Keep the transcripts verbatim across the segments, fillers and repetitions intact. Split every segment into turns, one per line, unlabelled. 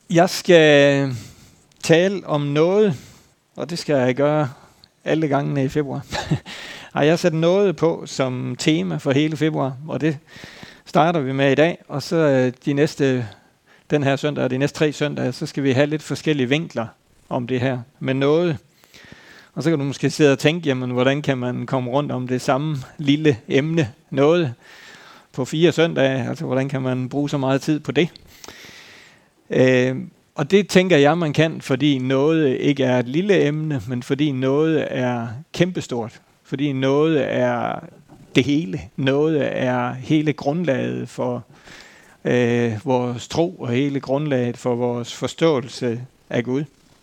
Jeg skal tale om noget, og det skal jeg gøre alle gangene i februar. Og jeg har sat noget på som tema for hele februar, og det starter vi med i dag. Og så de næste, den her søndag og de næste tre søndage, så skal vi have lidt forskellige vinkler om det her med noget. Og så kan du måske sidde og tænke, jamen, hvordan kan man komme rundt om det samme lille emne, noget, på fire søndage? Altså, hvordan kan man bruge så meget tid på det? Øh, og det tænker jeg, man kan, fordi noget ikke er et lille emne, men fordi noget er kæmpestort. Fordi noget er det hele. Noget er hele grundlaget for øh, vores tro og hele grundlaget for vores forståelse af Gud.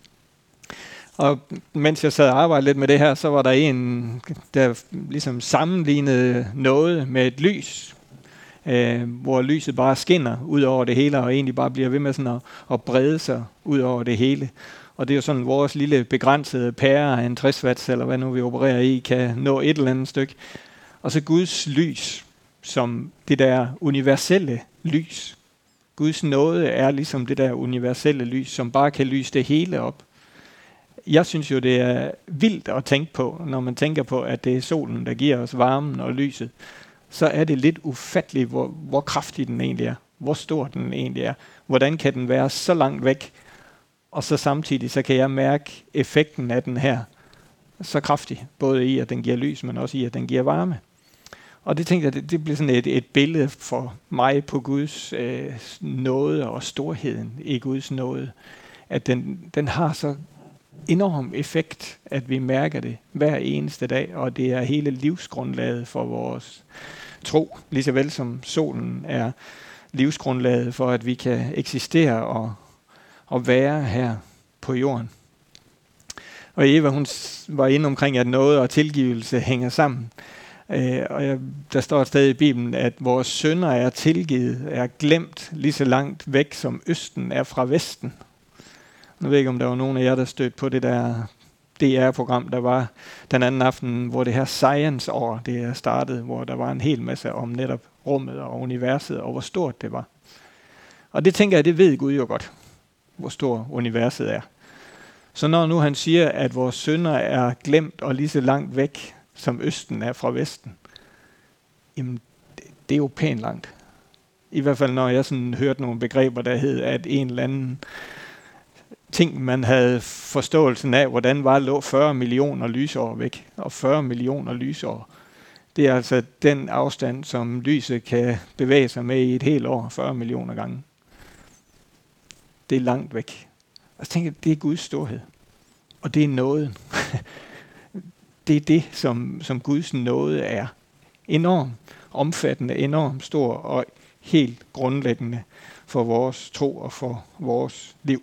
Og mens jeg sad og arbejdede lidt med det her, så var der en, der ligesom sammenlignede noget med et lys, øh, hvor lyset bare skinner ud over det hele, og egentlig bare bliver ved med sådan at, at brede sig ud over det hele. Og det er jo sådan, vores lille begrænsede pære af en tres watts, eller hvad nu vi opererer i, kan nå et eller andet stykke. Og så Guds lys, som det der universelle lys. Guds nåde er ligesom det der universelle lys, som bare kan lyse det hele op. Jeg synes jo, det er vildt at tænke på, når man tænker på, at det er solen, der giver os varmen og lyset. Så er det lidt ufatteligt, hvor, hvor kraftig den egentlig er. Hvor stor den egentlig er. Hvordan kan den være så langt væk? Og så samtidig, så kan jeg mærke effekten af den her så kraftig. Både i, at den giver lys, men også i, at den giver varme. Og det tænkte jeg, det, det bliver sådan et, et billede for mig på Guds øh, nåde og storheden i Guds nåde. At den, den har så enorm effekt, at vi mærker det hver eneste dag, og det er hele livsgrundlaget for vores tro, lige så vel som solen er livsgrundlaget for, at vi kan eksistere og, og være her på jorden. Og Eva, hun var inde omkring, at noget og tilgivelse hænger sammen. Øh, og jeg, der står et sted i Bibelen, at vores synder er tilgivet, er glemt lige så langt væk, som østen er fra vesten. Jeg ved ikke, om der var nogen af jer, der stødte på det der D R-program, der var den anden aften, hvor det her Science-år, det er startet, hvor der var en hel masse om netop rummet og universet, og hvor stort det var. Og det tænker jeg, det ved Gud jo godt, hvor stort universet er. Så når nu han siger, at vores synder er glemt og lige så langt væk, som østen er fra vesten, jamen, det, det er jo pænt langt. I hvert fald, når jeg sådan hørte nogle begreber, der hed, at en eller anden ting, man havde forståelsen af, hvordan var lå fyrre millioner lysår væk. Og fyrre millioner lysår, det er altså den afstand, som lyset kan bevæge sig med i et helt år, fyrre millioner gange. Det er langt væk. Og så tænker jeg, det er Guds storhed. Og det er nåden. Det er det, som, som Guds nåde er. Enormt omfattende, enormt stor og helt grundlæggende for vores tro og for vores liv.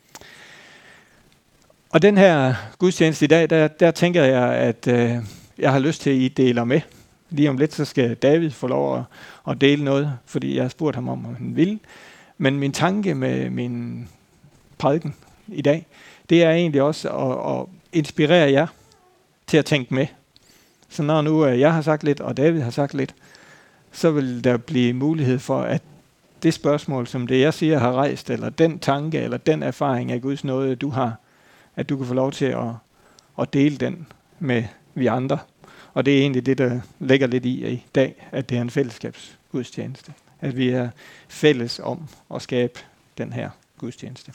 Og den her gudstjeneste i dag, der, der tænker jeg, at øh, jeg har lyst til, at I deler med. Lige om lidt, så skal David få lov at, at dele noget, fordi jeg har spurgt ham om, om han vil. Men min tanke med min prædiken i dag, det er egentlig også at, at inspirere jer til at tænke med. Så når nu jeg har sagt lidt, og David har sagt lidt, så vil der blive mulighed for, at det spørgsmål, som det jeg siger har rejst, eller den tanke, eller den erfaring af Guds nåde, du har, at du kan få lov til at, at dele den med vi andre. Og det er egentlig det, der ligger lidt i i dag, at det er en fællesskabsgudstjeneste. At vi er fælles om at skabe den her gudstjeneste.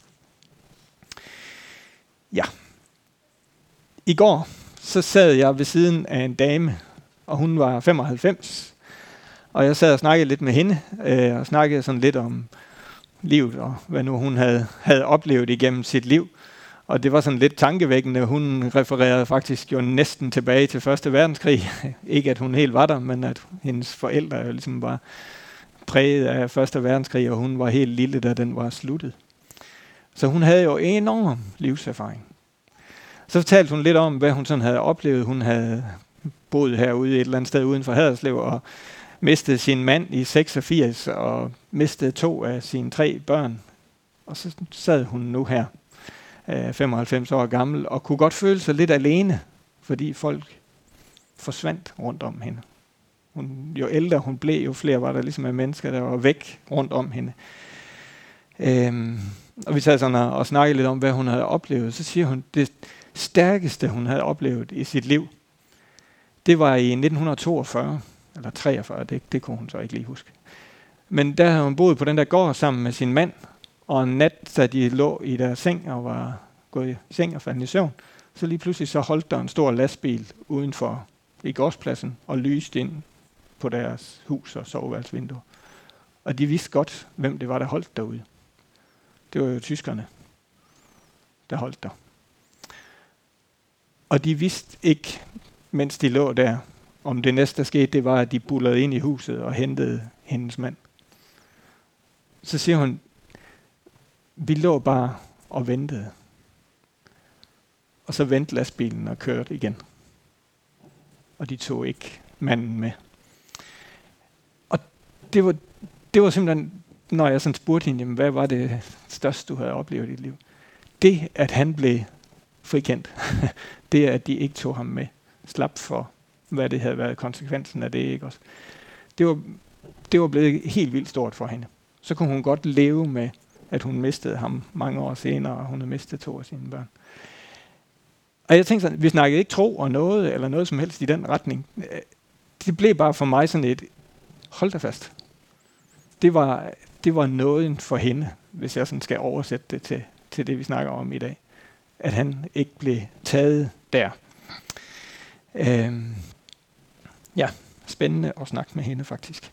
Ja. I går så sad jeg ved siden af en dame, og hun var femoghalvfems. Og jeg sad og snakkede lidt med hende, øh, og snakkede sådan lidt om livet, og hvad nu hun havde, havde oplevet igennem sit liv. Og det var sådan lidt tankevækkende. Hun refererede faktisk jo næsten tilbage til første verdenskrig. Ikke at hun helt var der, men at hendes forældre jo ligesom var præget af første verdenskrig, og hun var helt lille, da den var sluttet. Så hun havde jo enorm livserfaring. Så fortalte hun lidt om, hvad hun sådan havde oplevet. Hun havde boet herude et eller andet sted uden for Haderslev, og mistede sin mand i seksogfirs, og mistede to af sine tre børn. Og så sad hun nu her, femoghalvfems år gammel, og kunne godt føle sig lidt alene, fordi folk forsvandt rundt om hende. Hun, jo ældre hun blev, jo flere var der ligesom af mennesker, der var væk rundt om hende. Øhm, og vi sad sådan og, og snakkede lidt om, hvad hun havde oplevet. Så siger hun, det stærkeste, hun havde oplevet i sit liv, det var i nitten toogfyrre, eller treogfyrre, det, det kunne hun så ikke lige huske. Men der havde hun boet på den der gård sammen med sin mand, og en nat, da de lå i deres seng og var gået i seng og faldt i søvn, så lige pludselig så holdt der en stor lastbil uden for i gårdspladsen og lyste ind på deres hus og soveværelsesvinduer. Og de vidste godt, hvem det var, der holdt derude. Det var jo tyskerne, der holdt der. Og de vidste ikke, mens de lå der, om det næste, der skete, det var, at de bullede ind i huset og hentede hendes mand. Så siger hun, vi lå bare og ventede. Og så vendte lastbilen og kørte igen. Og de tog ikke manden med. Og det var, det var simpelthen, når jeg sådan spurgte hende, jamen, hvad var det største, du havde oplevet i dit liv? Det, at han blev frikendt. Det, at de ikke tog ham med. Slap for, hvad det havde været konsekvensen af det, ikke også? Det var, det var blevet helt vildt stort for hende. Så kunne hun godt leve med, at hun mistede ham mange år senere, og hun havde mistet to af sine børn. Og jeg tænkte sådan, vi snakkede ikke tro og noget, eller noget som helst i den retning. Det blev bare for mig sådan et, hold da fast. Det var, det var nåden for hende, hvis jeg sådan skal oversætte det til, til det, vi snakker om i dag. At han ikke blev taget der. Øhm, ja, spændende at snakke med hende faktisk.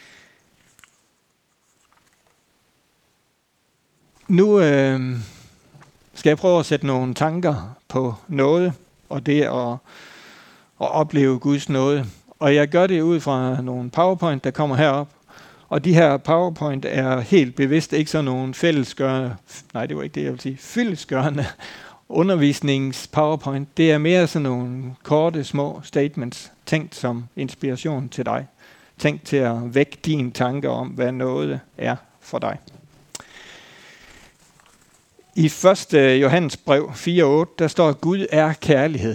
Nu øh, skal jeg prøve at sætte nogle tanker på noget, og det at, at opleve Guds nåde. Og jeg gør det ud fra nogle PowerPoint, der kommer herop. Og de her PowerPoint er helt bevidst ikke sådan nogle fællesgørende, nej det var ikke det jeg vil sige, fyldesgørende undervisnings-PowerPoint. Det er mere sådan nogle korte, små statements, tænkt som inspiration til dig. Tænkt til at vække dine tanker om, hvad noget er for dig. I første Johannes brev fire otte, der står, at Gud er kærlighed.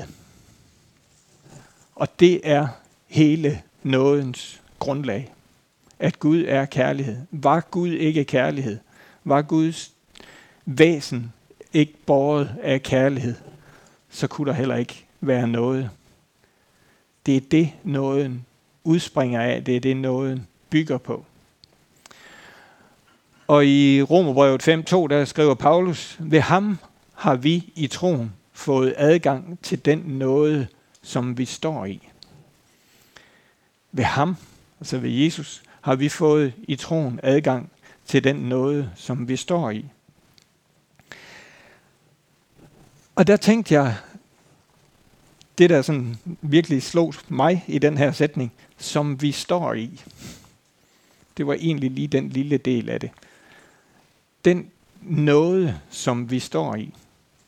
Og det er hele nådens grundlag. At Gud er kærlighed. Var Gud ikke kærlighed? Var Guds væsen ikke båret af kærlighed? Så kunne der heller ikke være noget. Det er det, nåden udspringer af. Det er det, nåden bygger på. Og i Romerbrevet fem to, der skriver Paulus, ved ham har vi i troen fået adgang til den nåde, som vi står i. Ved ham, altså ved Jesus, har vi fået i troen adgang til den nåde, som vi står i. Og der tænkte jeg, det der sådan virkelig slog mig i den her sætning, som vi står i. Det var egentlig lige den lille del af det. Den nåde, som vi står i.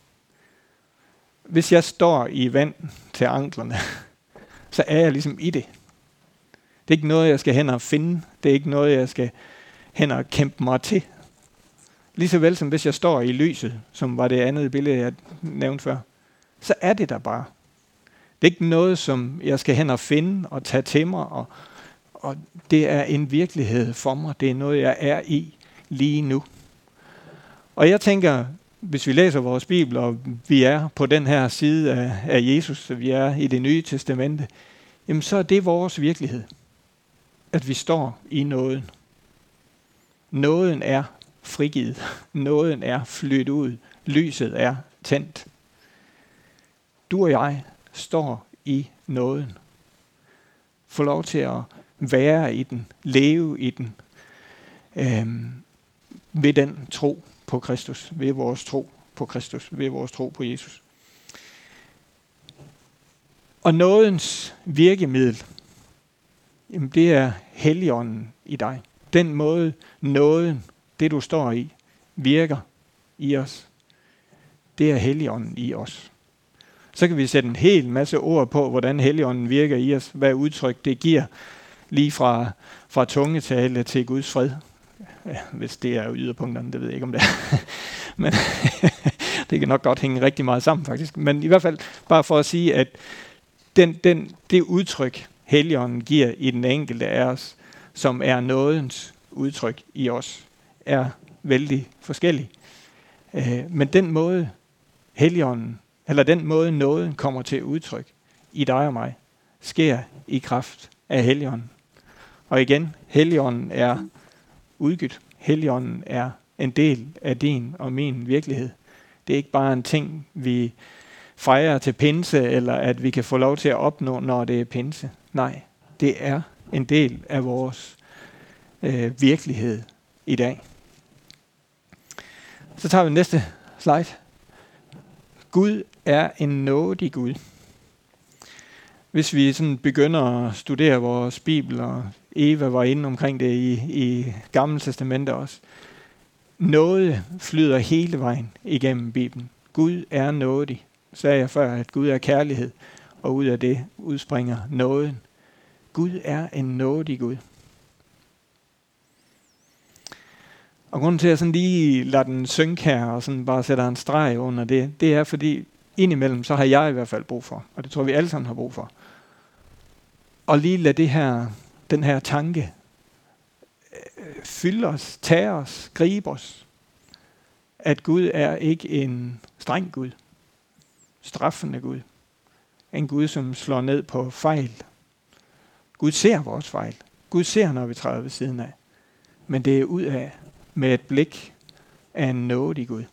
Hvis jeg står i vand til anklerne, så er jeg ligesom i det. Det er ikke noget, jeg skal hen og finde. Det er ikke noget, jeg skal hen og kæmpe mig til. Lige så vel som hvis jeg står i lyset, som var det andet billede, jeg nævnte før, så er det der bare. Det er ikke noget, som jeg skal hen og finde og tage til mig, og, og det er en virkelighed for mig. Det er noget, jeg er i lige nu. Og jeg tænker, hvis vi læser vores bibel, og vi er på den her side af, af Jesus, så vi er i Det Nye Testamente, jamen så er det vores virkelighed. At vi står i nåden. Nåden er frigivet. Nåden er flyttet ud. Lyset er tændt. Du og jeg står i nåden. Få lov til at være i den. Leve i den. Øhm, ved den tro på Kristus. Ved vores tro på Kristus. Ved vores tro på Jesus. Og nådens virkemiddel, jamen det er Helligånden i dig. Den måde nåden, det du står i, virker i os. Det er Helligånden i os. Så kan vi sætte en hel masse ord på, hvordan Helligånden virker i os. Hvad udtryk det giver. Lige fra, fra tungetale til Guds fred. Ja, hvis det er yderpunkterne, det ved jeg ikke om det er. Men det kan nok godt hænge rigtig meget sammen faktisk. Men i hvert fald bare for at sige, at den, den, det udtryk, Helligånden giver i den enkelte af os, som er nådens udtryk i os, er vældig forskellig. Øh, men den måde, Helligånden, eller den måde nåden kommer til udtryk i dig og mig, sker i kraft af Helligånden. Og igen, Helligånden er udgivet. Helligånden er en del af din og min virkelighed. Det er ikke bare en ting, vi fejrer til pinse, eller at vi kan få lov til at opnå, når det er pinse. Nej, det er en del af vores øh, virkelighed i dag. Så tager vi næste slide. Gud er en nådig Gud. Hvis vi sådan begynder at studere vores Bibel, og Eva var inde omkring det i, i Gamle Testamente også, nåde flyder hele vejen igennem Bibelen. Gud er nådig. Sagde jeg før, at Gud er kærlighed, og ud af det udspringer nåden. Gud er en nådig Gud. Og grunden til, at jeg sådan lige lader den synke her, og sådan bare sætter en streg under det, det er fordi, indimellem, så har jeg i hvert fald brug for, og det tror vi alle sammen har brug for, og lige lade det her, den her tanke fylde os, tage os, gribe os, at Gud er ikke en streng Gud, straffende Gud, en Gud, som slår ned på fejl. Gud ser vores fejl. Gud ser, når vi træder ved siden af. Men det er ud af med et blik af en nådig Gud.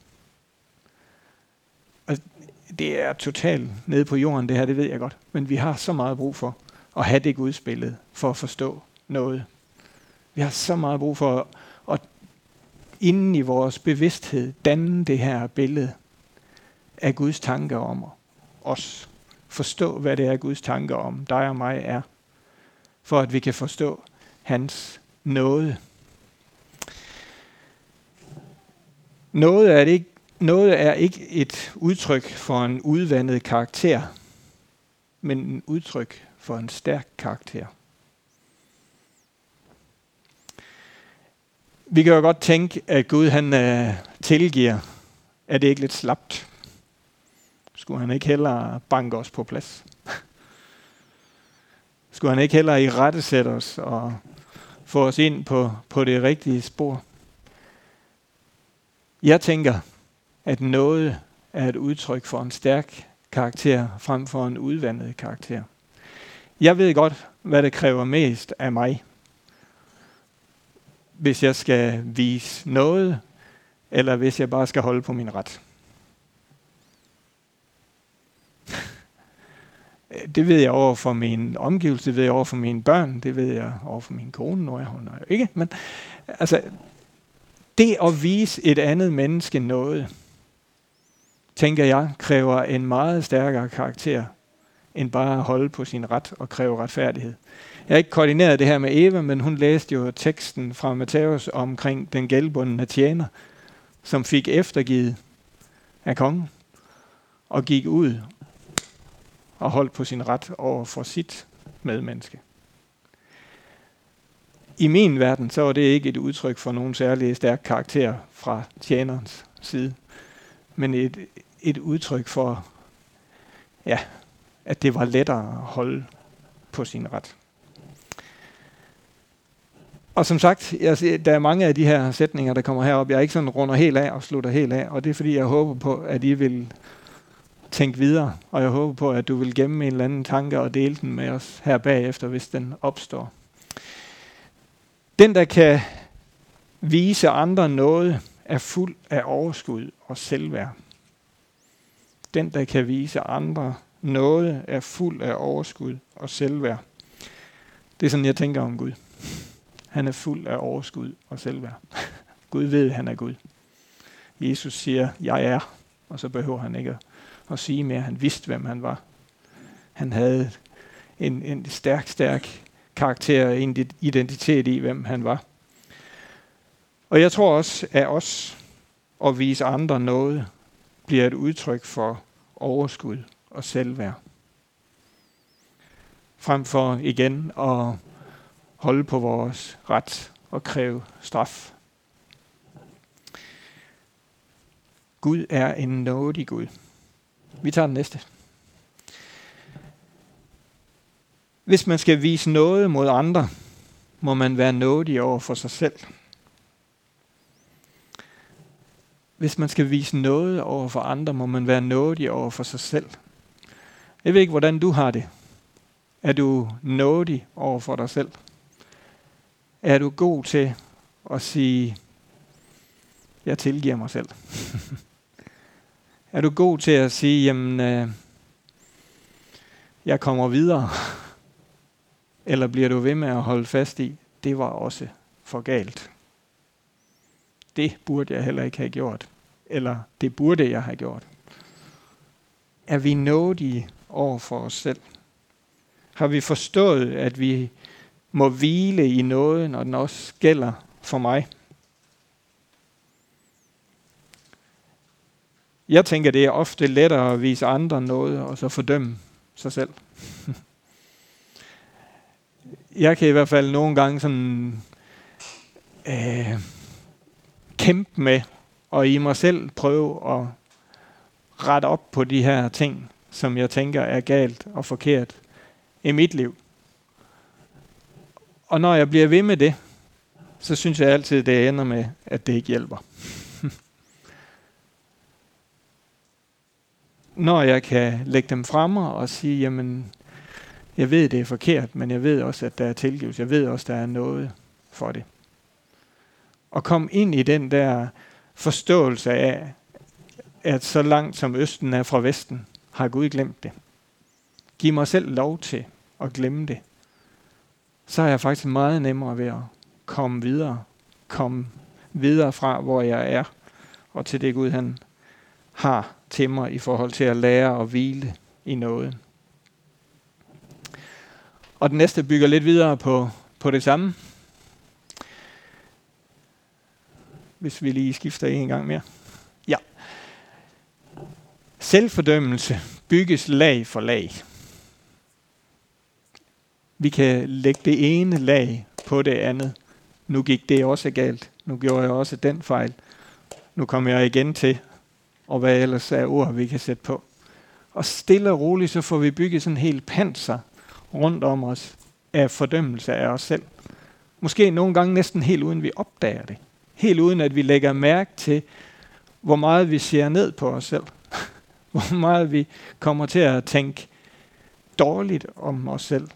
Og det er totalt nede på jorden, det her, det ved jeg godt. Men vi har så meget brug for at have det Gudsbillede, for at forstå noget. Vi har så meget brug for at, at inden i vores bevidsthed danne det her billede af Guds tanker om os. Forstå, hvad det er, Guds tanker om dig og mig er. For at vi kan forstå hans nåde. Nåde er, det ikke, nåde er ikke et udtryk for en udvandet karakter, men en udtryk for en stærk karakter. Vi kan jo godt tænke, at Gud han uh, tilgiver. Er det ikke lidt slapt? Skulle han ikke hellere banke os på plads? Skulle han ikke hellere irettesætte os og få os ind på, på det rigtige spor? Jeg tænker, at noget er et udtryk for en stærk karakter frem for en udvandet karakter. Jeg ved godt, hvad det kræver mest af mig, hvis jeg skal vise noget, eller hvis jeg bare skal holde på min ret. Det ved jeg over for min omgivelse, det ved jeg over for mine børn, det ved jeg over for min kone, når jeg hun er jo ikke. Men altså, det at vise et andet menneske noget, tænker jeg, kræver en meget stærkere karakter, end bare at holde på sin ret og kræve retfærdighed. Jeg har ikke koordineret det her med Eva, men hun læste jo teksten fra Matthæus omkring den gældbundne tjener, som fik eftergivet af kongen, og gik ud og holdt på sin ret over for sit medmenneske. I min verden, så var det ikke et udtryk for nogen særlig stærk karakter fra tjenerens side, men et, et udtryk for, ja, at det var lettere at holde på sin ret. Og som sagt, jeg siger, der er mange af de her sætninger, der kommer herop, jeg ikke sådan runder helt af og slutter helt af, og det er fordi, jeg håber på, at I vil tænke videre, og jeg håber på, at du vil gemme en eller anden tanke og dele den med os her bagefter, hvis den opstår. Den, der kan vise andre noget, er fuld af overskud og selvværd. Den, der kan vise andre noget, er fuld af overskud og selvværd. Det er sådan, jeg tænker om Gud. Han er fuld af overskud og selvværd. Gud ved, han er Gud. Jesus siger, jeg er, og så behøver han ikke at, at sige mere. Han vidste, hvem han var. Han havde en, en stærk, stærk karakter og en identitet i, hvem han var. Og jeg tror også, at os at vise andre noget, bliver et udtryk for overskud og selvværd. Frem for igen at holde på vores ret og kræve straf. Gud er en nådig Gud. Vi tager den næste. Hvis man skal vise noget mod andre, må man være nådig over for sig selv. hvis man skal vise noget over for andre, må man være nådig over for sig selv. Jeg ved ikke, hvordan du har det. Er du nådig over for dig selv? Er du god til at sige, jeg tilgiver mig selv? Er du god til at sige, jamen, øh, jeg kommer videre? Eller bliver du ved med at holde fast i, det var også for galt? Det burde jeg heller ikke have gjort. Eller det burde jeg have gjort. Er vi nådige over for os selv? Har vi forstået, at vi må hvile i noget, når den også gælder for mig? Jeg tænker, det er ofte lettere at vise andre noget, og så fordømme sig selv. Jeg kan i hvert fald nogle gange sådan øh, kæmpe med, og i mig selv prøve at rette op på de her ting, som jeg tænker er galt og forkert i mit liv. Og når jeg bliver ved med det, så synes jeg altid, det ender med, at det ikke hjælper. Når jeg kan lægge dem frem og sige, jamen, jeg ved, det er forkert, men jeg ved også, at der er tilgivelse. Jeg ved også, der er noget for det. Og kom ind i den der forståelse af, at så langt som Østen er fra Vesten, har Gud glemt det. Giv mig selv lov til at glemme det. Så er jeg faktisk meget nemmere ved at komme videre. Komme videre fra, hvor jeg er, og til det Gud, han har til mig i forhold til at lære og hvile i noget. Og den næste bygger lidt videre på, på det samme. Hvis vi lige skifter en gang mere. Ja. Selvfordømmelse bygges lag for lag. Vi kan lægge det ene lag på det andet. Nu gik det også galt. Nu gjorde jeg også den fejl. Nu kommer jeg igen til. Og hvad ellers er ord, vi kan sætte på. Og stille og roligt, så får vi bygget sådan en hel panser rundt om os af fordømmelse af os selv. Måske nogle gange næsten helt uden vi opdager det. Helt uden at vi lægger mærke til, hvor meget vi ser ned på os selv. Hvor meget vi kommer til at tænke dårligt om os selv.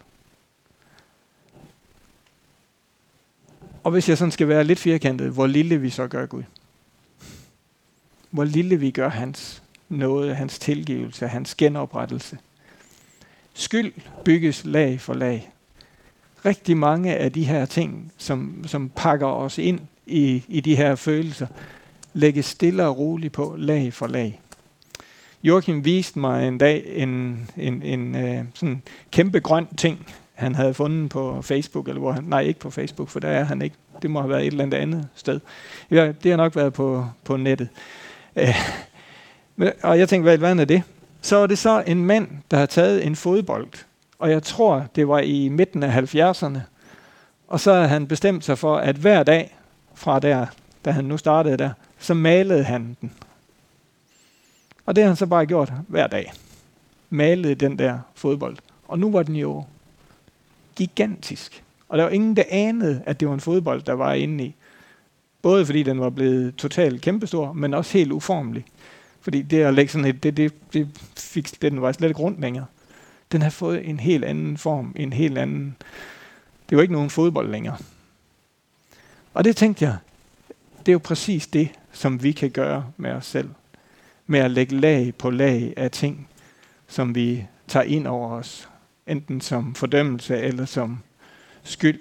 Og hvis jeg sådan skal være lidt firkantet, hvor lille vi så gør Gud. Hvor lille vi gør hans nåde, hans tilgivelse, hans genoprettelse. Skyld bygges lag for lag. Rigtig mange af de her ting, som, som pakker os ind i, i de her følelser, lægges stille og roligt på lag for lag. Joachim viste mig en dag en, en, en øh, sådan kæmpe grøn ting, han havde fundet på Facebook, eller hvor han, nej, ikke på Facebook, for der er han ikke. Det må have været et eller andet andet sted. Ja, det har nok været på, på nettet. Øh, og jeg tænkte, hvad, hvad er det? Så var det så en mand, der har taget en fodbold, og jeg tror, det var i midten af halvfjerdserne, og så havde han bestemt sig for, at hver dag fra der, da han nu startede der, så malede han den. Og det har han så bare gjort hver dag. Malede den der fodbold. Og nu var den jo gigantisk. Og der var ingen, der anede, at det var en fodbold, der var inde i. Både fordi den var blevet totalt kæmpestor, men også helt uformelig. Fordi det at lægge sådan et, det, det, det fik, den var slet ikke rundt længere. Den har fået en helt anden form, en helt anden... Det var ikke nogen fodbold længere. Og det tænkte jeg, det er jo præcis det, som vi kan gøre med os selv. Med at lægge lag på lag af ting, som vi tager ind over os. Enten som fordømmelse eller som skyld.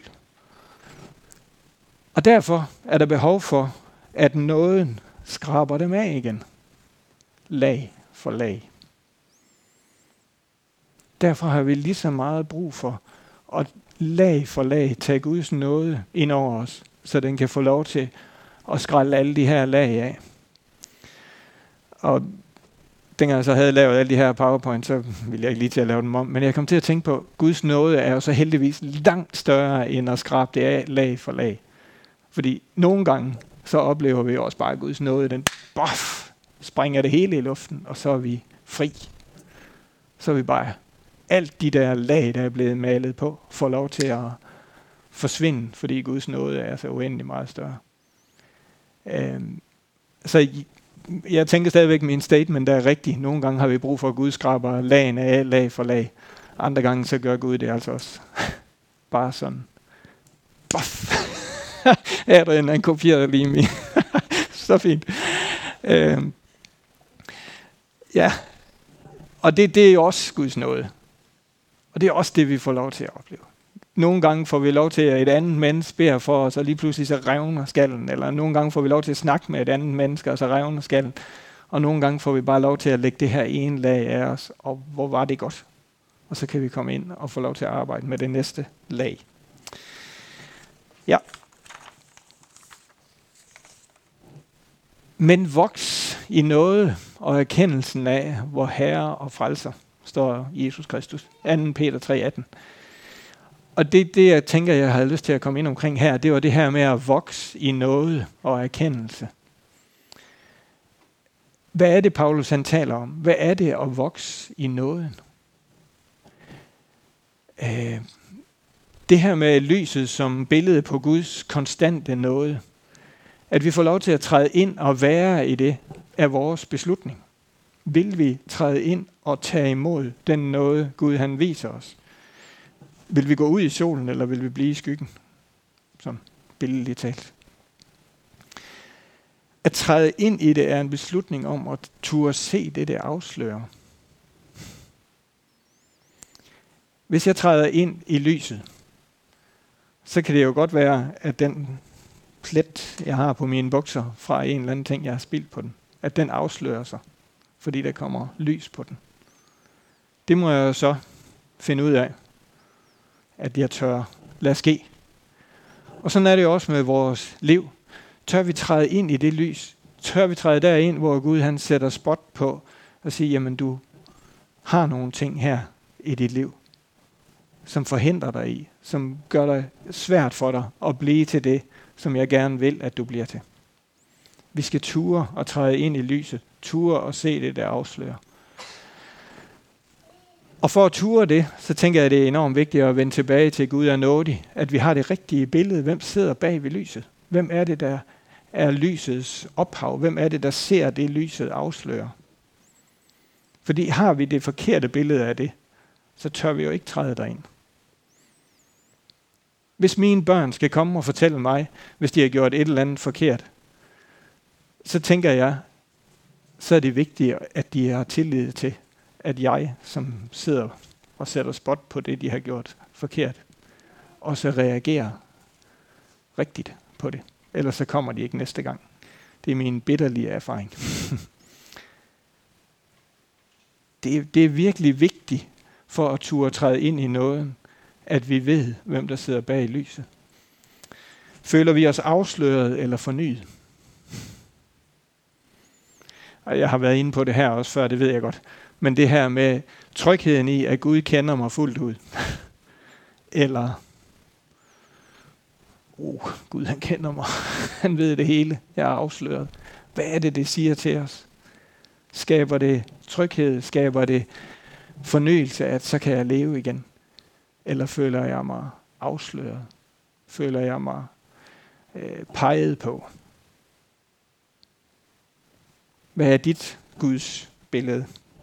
Og derfor er der behov for, at nåden skraber dem af igen. Lag for lag. Derfor har vi lige så meget brug for at lag for lag tage Guds nåde ind over os, så den kan få lov til at skrælle alle de her lag af. Og dengang jeg så havde lavet alle de her PowerPoint, så ville jeg ikke lige til at lave dem om. Men jeg kom til at tænke på, at Guds nåde er jo så heldigvis langt større, end at skrabe det af lag for lag. Fordi nogle gange, så oplever vi også bare, at Guds nåde, den boff, springer det hele i luften, og så er vi fri. Så er vi bare, alt de der lag, der er blevet malet på, får lov til at forsvinde, fordi Guds nåde er så uendelig meget større. Øhm, så jeg tænker stadigvæk, min statement er rigtig. Nogle gange har vi brug for, at Gud skraber lagen af, lag for lag. Andre gange så gør Gud det altså også. Bare sådan. Buff. Adrian, han kopierer lige mig. Så fint. Øhm. Ja. Og det, det er jo også Guds nåde. Og det er også det, vi får lov til at opleve. Nogle gange får vi lov til, at et andet menneske beder for os, og lige pludselig så revner skallen. Eller nogle gange får vi lov til at snakke med et andet menneske, og så revner skallen. Og nogle gange får vi bare lov til at lægge det her ene lag af os, og hvor var det godt. Og så kan vi komme ind og få lov til at arbejde med det næste lag. Ja. Men voks i noget og erkendelsen af, hvor Herre og Frelser står Jesus Kristus. anden Peter tre atten. Og det, det, jeg tænker, jeg havde lyst til at komme ind omkring her, det var det her med at vokse i noget og erkendelse. Hvad er det, Paulus han taler om? Hvad er det at vokse i nåden? Øh, det her med lyset som billede på Guds konstante nåde. At vi får lov til at træde ind og være i det, er vores beslutning. Vil vi træde ind og tage imod den nåde, Gud han viser os? Vil vi gå ud i solen, eller vil vi blive i skyggen? Som billedligt talt. At træde ind i det er en beslutning om at turde se det, det afslører. Hvis jeg træder ind i lyset, så kan det jo godt være, at den plet, jeg har på mine bukser fra en eller anden ting, jeg har spildt på den, at den afslører sig, fordi der kommer lys på den. Det må jeg jo så finde ud af, at jeg tør lade ske. Og sådan er det jo også med vores liv. Tør vi træde ind i det lys? Tør vi træde derind, hvor Gud han sætter spot på og siger, jamen du har nogle ting her i dit liv, som forhindrer dig i, som gør det svært for dig at blive til det, som jeg gerne vil, at du bliver til. Vi skal ture og træde ind i lyset, ture og se det, der afslører. Og for at ture det, så tænker jeg, det er enormt vigtigt at vende tilbage til Gud er nådig, at vi har det rigtige billede. Hvem sidder bag ved lyset? Hvem er det, der er lysets ophav? Hvem er det, der ser det, lyset afslører? Fordi har vi det forkerte billede af det, så tør vi jo ikke træde derind. Hvis mine børn skal komme og fortælle mig, hvis de har gjort et eller andet forkert, så tænker jeg, så er det vigtigt, at de har tillid til, at jeg, som sidder og sætter spot på det, de har gjort forkert, også reagerer rigtigt på det. Ellers så kommer de ikke næste gang. Det er min bitterlige erfaring. det, er, det er virkelig vigtigt for at turde træde ind i nåden, at vi ved, hvem der sidder bag lyset. Føler vi os afsløret eller fornyet? Og jeg har været inde på det her også før, det ved jeg godt. Men det her med trygheden i, at Gud kender mig fuldt ud. Eller, oh, Gud han kender mig. Han ved det hele. Jeg er afsløret. Hvad er det, det siger til os? Skaber det tryghed? Skaber det fornyelse, at så kan jeg leve igen? Eller føler jeg mig afsløret? Føler jeg mig øh, peget på? Hvad er dit Guds billede?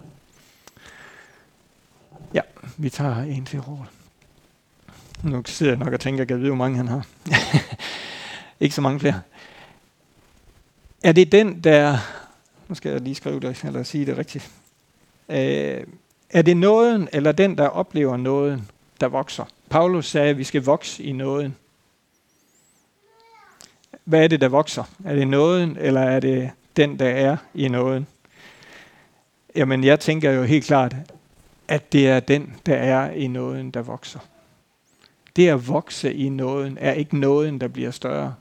Ja, vi tager en til råd. Nu sidder jeg nok og tænker, at jeg ved, hvor mange han har. Ikke så mange flere. Er det den, der... Nu skal jeg lige skrive det, eller sige det rigtigt. Øh, er det nåden, eller den, der oplever nåden, der vokser? Paulus sagde, at vi skal vokse i nåden. Hvad er det, der vokser? Er det nåden, eller er det den, der er i nåden? Jamen, jeg tænker jo helt klart, at det er den, der er i nåden, der vokser. Det at vokse i nåden er ikke nåden, der bliver større.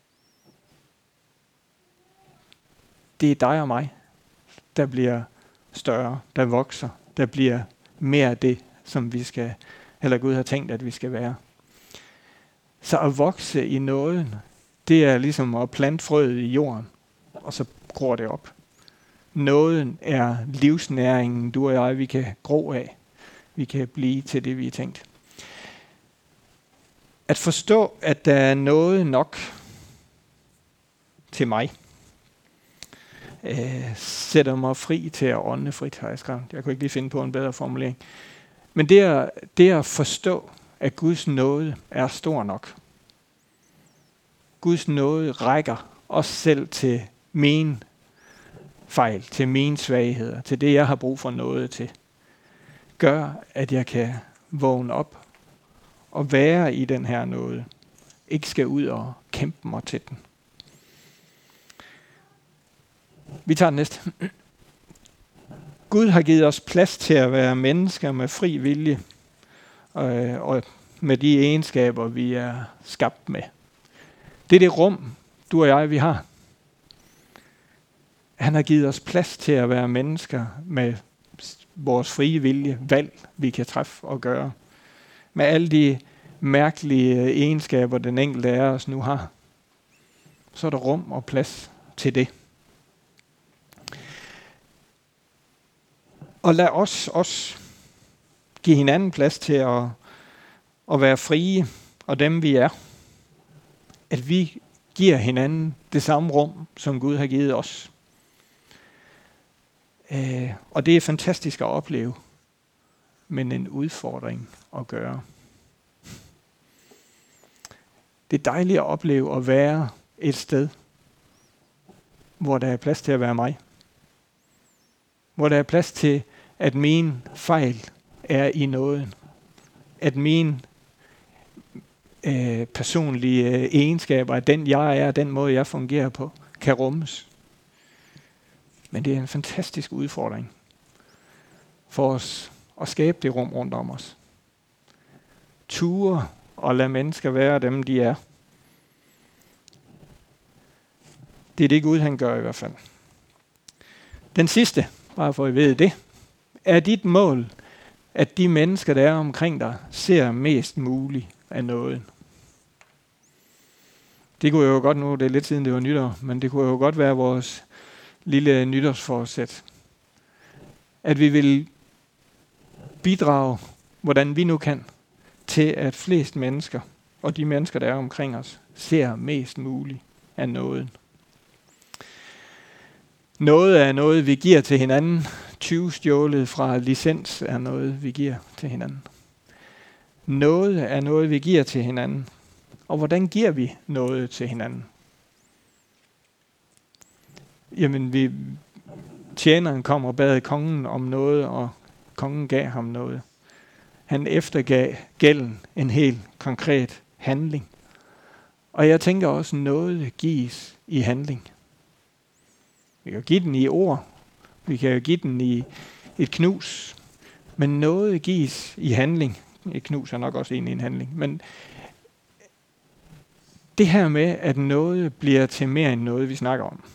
Det er dig og mig, der bliver større, der vokser, der bliver mere det, som vi skal, eller Gud har tænkt, at vi skal være. Så at vokse i nåden, det er ligesom at plante frøet i jorden, og så gror det op. Nåden er livsnæringen, du og jeg, vi kan gro af. Vi kan blive til det, vi er tænkt. At forstå, at der er noget nok til mig. øh, sætter mig fri til at ånde frit, har jeg skrevet. Jeg kunne ikke lige finde på en bedre formulering. Men det er, det er at forstå, at Guds nåde er stor nok. Guds nåde rækker os selv til mine fejl, til mine svagheder, til det, jeg har brug for nåde til. Gør, at jeg kan vågne op og være i den her nåde. Ikke skal ud og kæmpe mig til den. Vi tager den næste. Gud har givet os plads til at være mennesker med fri vilje øh, og med de egenskaber, vi er skabt med. Det er det rum, du og jeg, vi har. Han har givet os plads til at være mennesker med vores frie vilje, valg, vi kan træffe og gøre. Med alle de mærkelige egenskaber, den enkelte af os nu har. Så er der rum og plads til det. Og lad os også give hinanden plads til at, at være frie, og dem vi er. At vi giver hinanden det samme rum, som Gud har givet os. Øh, og det er fantastisk at opleve, men en udfordring at gøre. Det er dejligt at opleve at være et sted, hvor der er plads til at være mig. Hvor der er plads til, at mine fejl er i nåden. At mine øh, personlige øh, egenskaber, at den jeg er, den måde jeg fungerer på, kan rummes. Men det er en fantastisk udfordring for os at skabe det rum rundt om os. Ture og lade mennesker være dem, de er. Det er det Gud, han gør i hvert fald. Den sidste, bare for at I ved det, er dit mål, at de mennesker, der er omkring dig, ser mest muligt af nåden. Det kunne jo godt nu, det er lidt siden det var nytår, men det kunne jo godt være vores lille nytårsforsæt. At vi vil bidrage, hvordan vi nu kan, til at flest mennesker, og de mennesker, der er omkring os, ser mest muligt af nåden. Noget er noget, vi giver til hinanden. tyve-stjålet fra licens er noget, vi giver til hinanden. Noget er noget, vi giver til hinanden. Og hvordan giver vi noget til hinanden? Jamen, vi tjeneren kom og bad kongen om noget, og kongen gav ham noget. Han eftergav gælden en helt konkret handling. Og jeg tænker også, noget gives i handling. Vi kan give den i ord. Vi kan jo give den i et knus. Men noget gives i handling. Et knus er nok også egentlig en handling. Men det her med, at noget bliver til mere end noget, vi snakker om.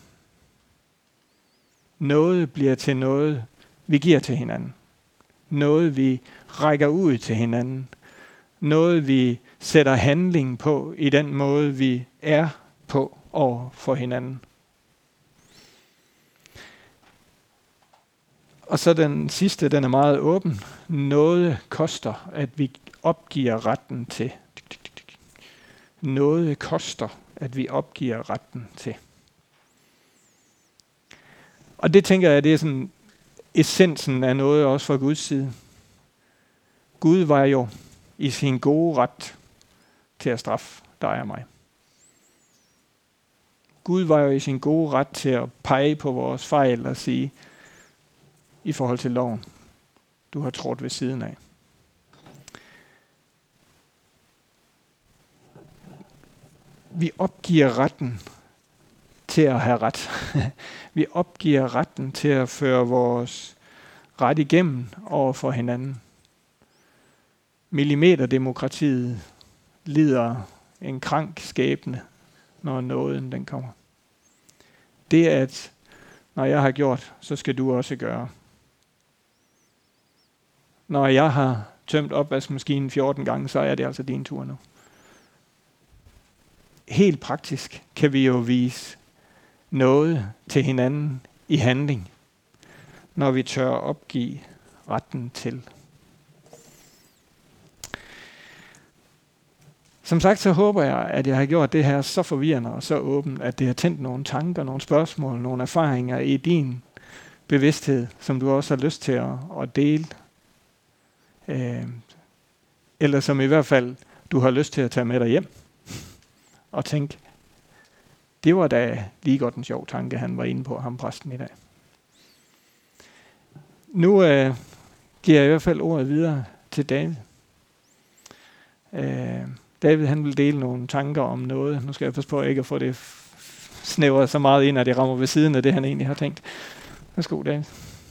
Noget bliver til noget, vi giver til hinanden. Noget, vi rækker ud til hinanden. Noget, vi sætter handling på i den måde, vi er på over for hinanden. Og så den sidste, den er meget åben. Noget koster, at vi opgiver retten til. Noget koster, at vi opgiver retten til. Og det tænker jeg, det er sådan essensen af noget også fra Guds side. Gud var jo i sin gode ret til at straffe dig og mig. Gud var jo i sin gode ret til at pege på vores fejl og sige, i forhold til loven, du har trådt ved siden af. Vi opgiver retten til at have ret. Vi opgiver retten til at føre vores ret igennem over for hinanden. Millimeterdemokratiet lider en krank skæbne, når nåden den kommer. Det er, at når jeg har gjort, så skal du også gøre. Når jeg har tømt opvaskemaskinen fjorten gange, så er det altså din tur nu. Helt praktisk kan vi jo vise noget til hinanden i handling, når vi tør opgive retten til. Som sagt, så håber jeg, at jeg har gjort det her så forvirrende og så åbent, at det har tændt nogle tanker, nogle spørgsmål, nogle erfaringer i din bevidsthed, som du også har lyst til at, at dele. Øh, eller som i hvert fald, du har lyst til at tage med dig hjem og tænke, det var da lige godt en sjov tanke, han var inde på, ham præsten i dag. Nu øh, giver jeg i hvert fald ordet videre til David. Øh, David, han vil dele nogle tanker om noget. Nu skal jeg passe på ikke at få det snævret så meget ind, at det rammer ved siden af det, han egentlig har tænkt. Værsgo, David.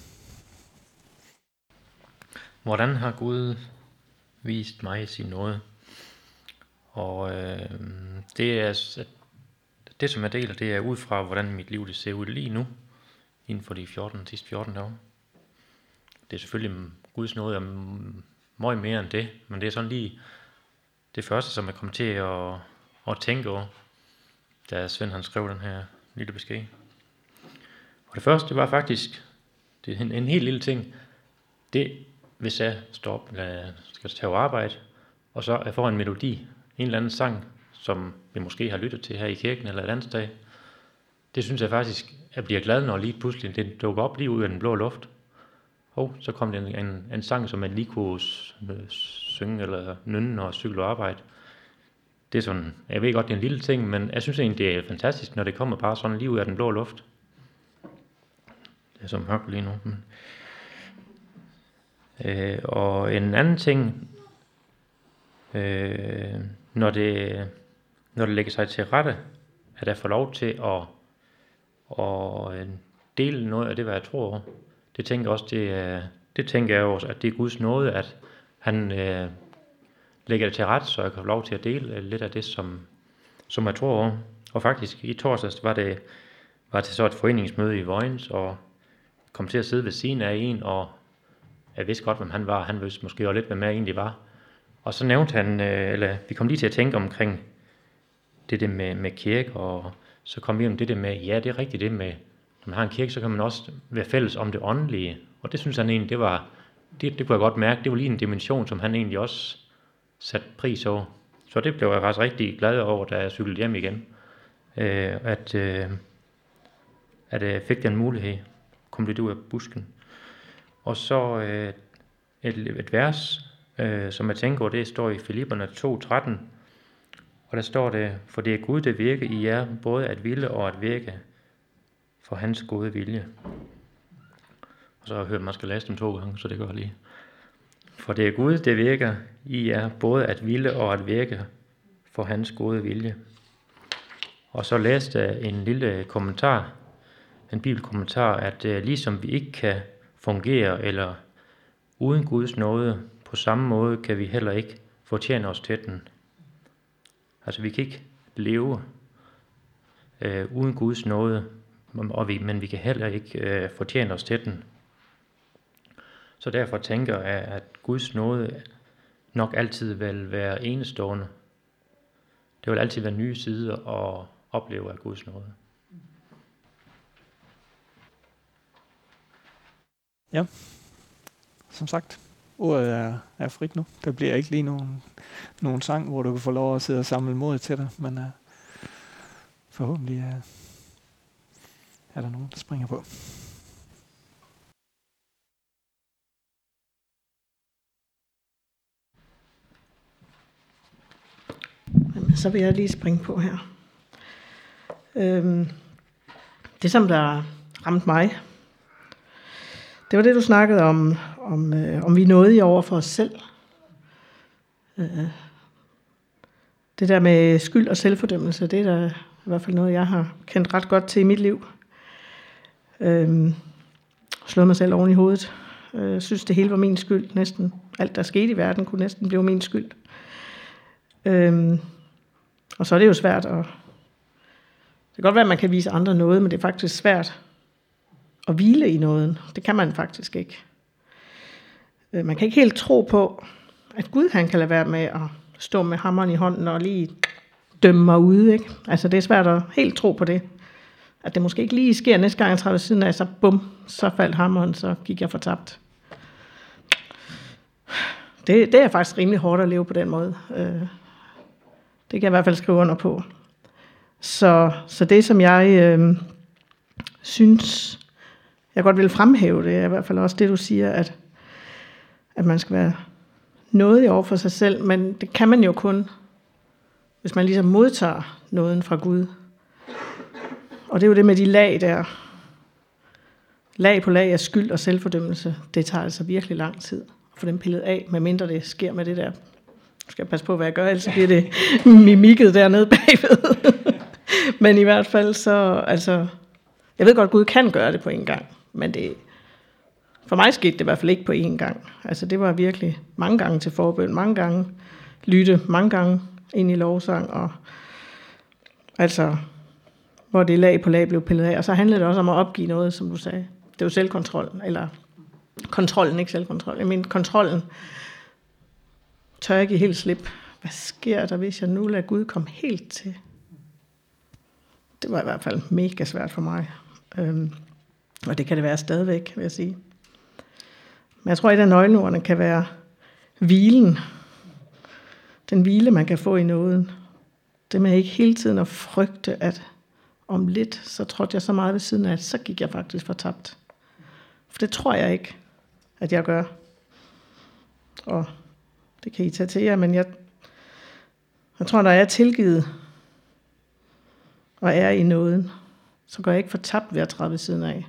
Hvordan har Gud vist mig sin nåde? Og øh, det er det, som jeg deler, det er ud fra, hvordan mit liv det ser ud lige nu, inden for de fjorten, sidste fjorten år. Det er selvfølgelig Guds nåde er meget mere end det, men det er sådan lige det første, som jeg kom til at, at tænke over, da Svend han skrev den her lille besked. Og det første, det var faktisk det er en, en helt lille ting. Det, hvis jeg står op, eller skal tage arbejde, og så jeg får en melodi, en eller anden sang, som vi måske har lyttet til her i kirken eller et andet sted, det synes jeg faktisk, jeg bliver glad, når lige pludselig det dukker op lige ud af den blå luft. Og så kom der en, en, en sang, som man lige kunne synge eller nynne, når jeg cykler og arbejde. Det er sådan, jeg ved godt, det er en lille ting, men jeg synes egentlig, det er fantastisk, når det kommer bare sådan lige ud af den blå luft. Det er så mørkt lige nu. Men. Øh, og en anden ting, øh, når det når det lægger sig til rette, at jeg får lov til at, at dele noget af det, hvad jeg tror over. Det tænker også, det er, det tænker jeg også, at det er Guds nåde, at han øh, lægger det til ret, så jeg kan få lov til at dele lidt af det, som, som jeg tror over. Og faktisk i torsdags var det, var det så et foreningsmøde i Vojens, og kom til at sidde ved siden af en, og jeg vidste godt, hvem han var. Han vidste måske også lidt, hvem jeg egentlig var. Og så nævnte han, øh, eller vi kom lige til at tænke omkring det der med, med kirke, og så kom vi om det der med, ja, det er rigtigt det med, når man har en kirke, så kan man også være fælles om det åndelige. Og det synes han egentlig, det var, det, det kunne jeg godt mærke, det var lige en dimension, som han egentlig også satte pris over. Så det blev jeg faktisk rigtig glad over, da jeg cyklede hjem igen. Øh, at, øh, at jeg fik den mulighed, kom lidt ud af busken. Og så øh, et, et vers, øh, som jeg tænker over, det står i Filipperne to tretten. Og der står det, for det er Gud, der virker i jer, både at ville og at virke for hans gode vilje. Og så har jeg hørt, at man skal læse dem to gange, så det gør jeg lige. For det er Gud, der virker i jer, både at ville og at virke for hans gode vilje. Og så læste jeg en lille kommentar, en bibelkommentar, at uh, ligesom vi ikke kan fungere eller uden Guds nåde, på samme måde kan vi heller ikke fortjene os til den. Altså vi kan ikke leve øh, uden Guds nåde, og vi, men vi kan heller ikke øh, fortjene os til den. Så derfor tænker jeg, at Guds nåde nok altid vil være enestående. Det vil altid være nye sider at opleve af Guds nåde.
Ja, som sagt, ordet er, er frit nu. Der bliver ikke lige nogen, nogen sang, hvor du kan få lov at sidde og samle mod til dig, men uh, forhåbentlig uh, er der nogen, der springer på.
Så vil jeg lige springe på her. Øhm, det, som der ramte mig, det var det, du snakkede om, om, øh, om vi nåede i over for os selv. Øh, det der med skyld og selvfordømmelse, det er der i hvert fald noget, jeg har kendt ret godt til i mit liv. Øh, slået mig selv oven i hovedet. Jeg øh, synes, det hele var min skyld. Næsten alt, der skete i verden, kunne næsten blive min skyld. Øh, og så er det jo svært at... Det kan godt være, at man kan vise andre noget, men det er faktisk svært at hvile i noget. Det kan man faktisk ikke. Man kan ikke helt tro på, at Gud han kan lade være med at stå med hammeren i hånden og lige dømme mig ude. Ikke? Altså det er svært at helt tro på det. At det måske ikke lige sker næste gang, jeg træder ved siden af, så bum, så faldt hammeren, så gik jeg fortabt. Det, det er faktisk rimelig hårdt at leve på den måde. Det kan jeg i hvert fald skrive under på. Så, så det, som jeg øh, synes, jeg godt vil fremhæve, det er i hvert fald også det, du siger, at, at man skal være nådig over for sig selv, men det kan man jo kun, hvis man ligesom modtager nåden fra Gud. Og det er jo det med de lag der. Lag på lag af skyld og selvfordømmelse, det tager altså virkelig lang tid at få dem pillet af, medmindre det sker med det der. Nu skal jeg passe på, hvad jeg gør, ellers bliver det mimikket dernede bagved. Men i hvert fald så, altså, jeg ved godt, at Gud kan gøre det på en gang, men det, for mig skete det i hvert fald ikke på en gang. Altså det var virkelig mange gange til forbøn, mange gange lytte, mange gange ind i lovsang, og altså, hvor det lag på lag blev pillet af. Og så handlede det også om at opgive noget, som du sagde. Det var selvkontrollen, eller kontrollen, ikke selvkontrol. Jeg mener, kontrollen tør jeg ikke helt slip. Hvad sker der, hvis jeg nu lader Gud komme helt til? Det var i hvert fald mega svært for mig. Øhm, og det kan det være stadigvæk, vil jeg sige. Men jeg tror, at et af nøgleordene kan være hvilen. Den hvile, man kan få i nåden. Det med ikke hele tiden at frygte, at om lidt, så trådte jeg så meget ved siden af, at så gik jeg faktisk fortabt. For det tror jeg ikke, at jeg gør. Og det kan I tage til jer, men jeg, jeg tror, når jeg er tilgivet, og er i nåden, så går jeg ikke fortabt ved at træde ved siden af.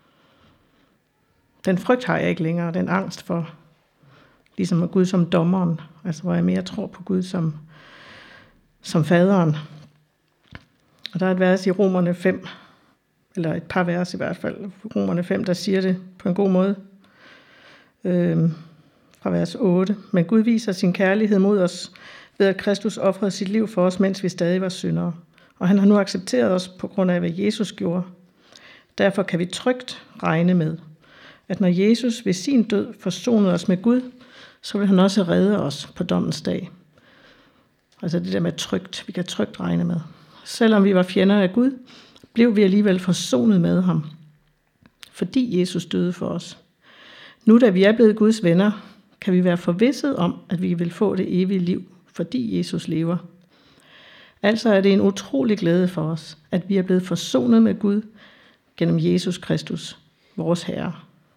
Den frygt har jeg ikke længere, den angst for, ligesom at Gud som dommeren, altså hvor jeg mere tror på Gud som, som faderen. Og der er et vers i Romerne fem, eller et par vers i hvert fald, Romerne fem, der siger det på en god måde, øhm, fra vers otte. Men Gud viser sin kærlighed mod os, ved at Kristus ofrede sit liv for os, mens vi stadig var syndere. Og han har nu accepteret os på grund af, hvad Jesus gjorde. Derfor kan vi trygt regne med, at når Jesus ved sin død forsonede os med Gud, så vil han også redde os på dommens dag. Altså det der med trygt, vi kan trygt regne med. Selvom vi var fjender af Gud, blev vi alligevel forsonet med ham, fordi Jesus døde for os. Nu da vi er blevet Guds venner, kan vi være forvisset om, at vi vil få det evige liv, fordi Jesus lever. Altså er det en utrolig glæde for os, at vi er blevet forsonet med Gud gennem Jesus Kristus, vores Herre.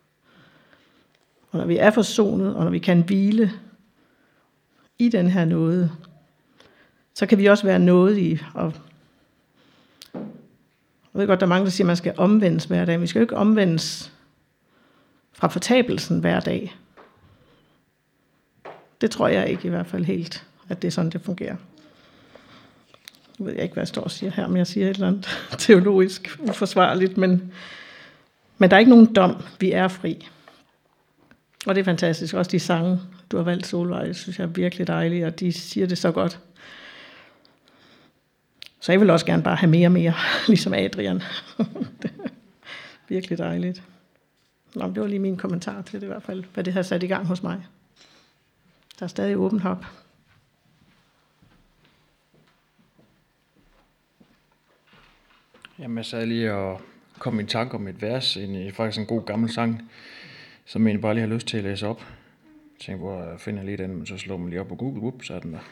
Og når vi er forsonet, og når vi kan hvile i den her nåde, så kan vi også være nådige. Og jeg ved godt, der er mange, der siger, at man skal omvendes hver dag. Vi skal jo ikke omvendes fra fortabelsen hver dag. Det tror jeg ikke i hvert fald helt, at det er sådan, det fungerer. Nu ved jeg ikke, hvad jeg står og siger her, men jeg siger et eller andet teologisk uforsvarligt. Men, men der er ikke nogen dom. Vi er fri. Og det er fantastisk. Også de sange, du har valgt, Solvej, det synes jeg er virkelig dejlige, og de siger det så godt. Så jeg vil også gerne bare have mere og mere, ligesom Adrian. Det er virkelig dejligt. Nå, det var lige min kommentar til det i hvert fald, hvad det har sat i gang hos mig. Der er stadig åbent hop.
Jamen, jeg sad lige og kom i tanke om et vers, en, faktisk en god gammel sang, som jeg egentlig bare lige har lyst til at læse op. Jeg tænkte, hvor jeg finder lige den, men så slår man lige op på Google, whoop, så er den der.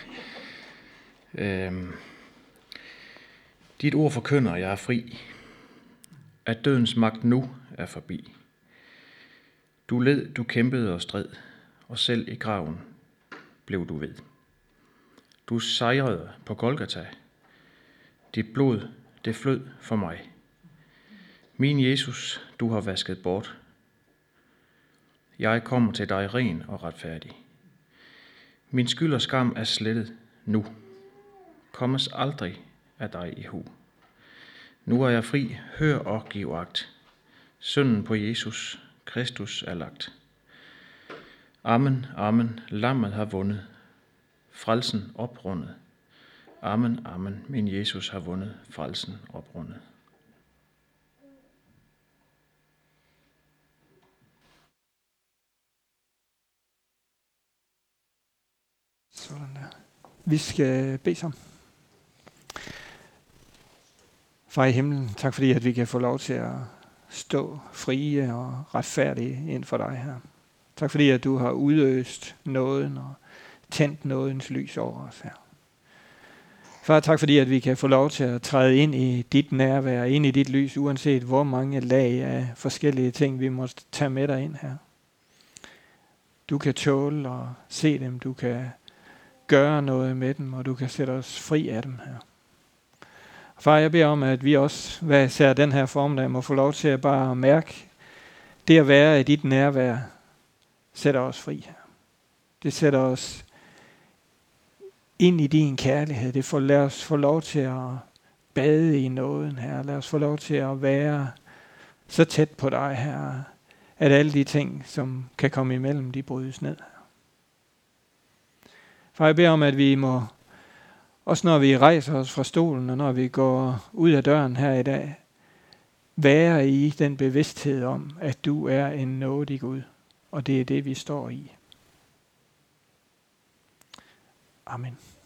øhm. Dit ord forkynder, jeg er fri, at dødens magt nu er forbi. Du led, du kæmpede og stred, og selv i graven blev du ved. Du sejrede på Golgata. Dit blod, det flød for mig. Min Jesus, du har vasket bort. Jeg kommer til dig ren og retfærdig. Min skyld og skam er slettet nu. Kommes aldrig af dig i hu. Nu er jeg fri, hør og giv agt. Synden på Jesus Kristus er lagt. Amen, amen, lammet har vundet. Frelsen oprundet. Amen, amen, min Jesus har vundet. Frelsen oprundet.
Sådan der. Vi skal bede sammen. Far i himlen, tak fordi at vi kan få lov til at stå frie og retfærdige ind for dig her. Tak fordi at du har udøst nåden og tændt nådens lys over os her. Far, tak fordi, at vi kan få lov til at træde ind i dit nærvær, ind i dit lys, uanset hvor mange lag af forskellige ting, vi må tage med dig ind her. Du kan tåle og se dem, du kan gøre noget med dem, og du kan sætte os fri af dem her. Far, jeg beder om, at vi også, hvad især den her formiddag, må få lov til at bare mærke, det at være i dit nærvær, sætter os fri her. Det sætter os ind i din kærlighed. Det får, lad os få lov til at bade i nåden her. Lad os få lov til at være så tæt på dig her, at alle de ting, som kan komme imellem, de brydes ned. For jeg beder om, at vi må, også når vi rejser os fra stolen, og når vi går ud af døren her i dag, være i den bevidsthed om, at du er en nådig Gud, og det er det, vi står i. Amen.